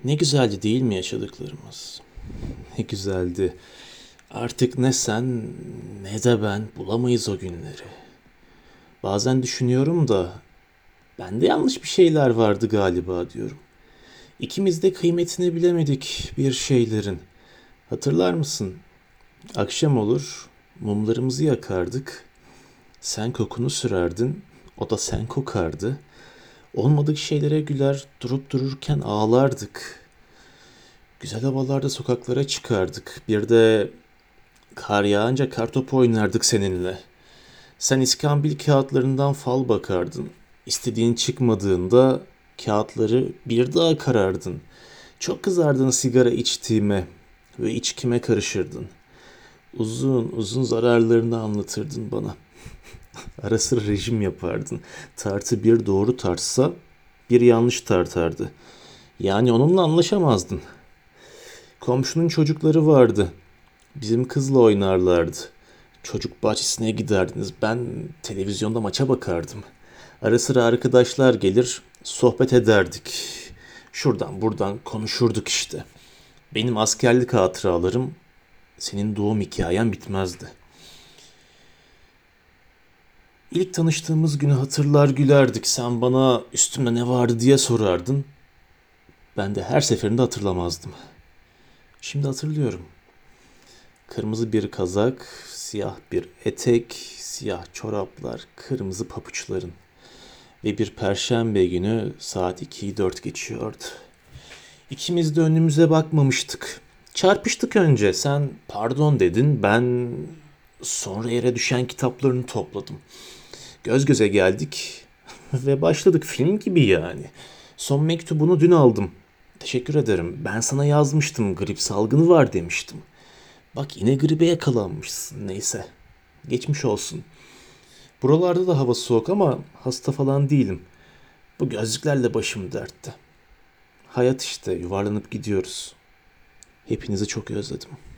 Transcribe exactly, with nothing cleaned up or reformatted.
Ne güzeldi değil mi yaşadıklarımız? Ne güzeldi. Artık ne sen ne de ben bulamayız o günleri. Bazen düşünüyorum da bende yanlış bir şeyler vardı galiba diyorum. İkimiz de kıymetini bilemedik bir şeylerin. Hatırlar mısın? Akşam olur, mumlarımızı yakardık. Sen kokunu sürerdin, o da sen kokardı. Olmadık şeylere güler, durup dururken ağlardık. Güzel havalarda sokaklara çıkardık. Bir de kar yağınca kartopu oynardık seninle. Sen iskambil kağıtlarından fal bakardın. İstediğin çıkmadığında kağıtları bir daha karardın. Çok kızardın sigara içtiğime ve içkime karışırdın. Uzun uzun zararlarını anlatırdın bana. Ara sıra rejim yapardın. Tartı bir doğru tartsa bir yanlış tartardı. Yani onunla anlaşamazdın. Komşunun çocukları vardı. Bizim kızla oynarlardı. Çocuk bahçesine giderdiniz. Ben televizyonda maça bakardım. Ara sıra arkadaşlar gelir, sohbet ederdik. Şuradan buradan konuşurduk işte. Benim askerlik hatıralarım, senin doğum hikayen bitmezdi. İlk tanıştığımız günü hatırlar gülerdik. Sen bana üstümde ne vardı diye sorardın. Ben de her seferinde hatırlamazdım. Şimdi hatırlıyorum. Kırmızı bir kazak, siyah bir etek, siyah çoraplar, kırmızı papuçların. Ve bir perşembe günü saat ikiyi dört geçiyordu. İkimiz de önümüze bakmamıştık. Çarpıştık önce. Sen pardon dedin. Ben sonra yere düşen kitaplarını topladım. Göz göze geldik ve başladık film gibi yani. Son mektubunu dün aldım. Teşekkür ederim. Ben sana yazmıştım. Grip salgını var demiştim. Bak yine gribe yakalanmışsın. Neyse. Geçmiş olsun. Buralarda da hava soğuk ama hasta falan değilim. Bu gözlüklerle başım dertte. Hayat işte yuvarlanıp gidiyoruz. Hepinizi çok özledim.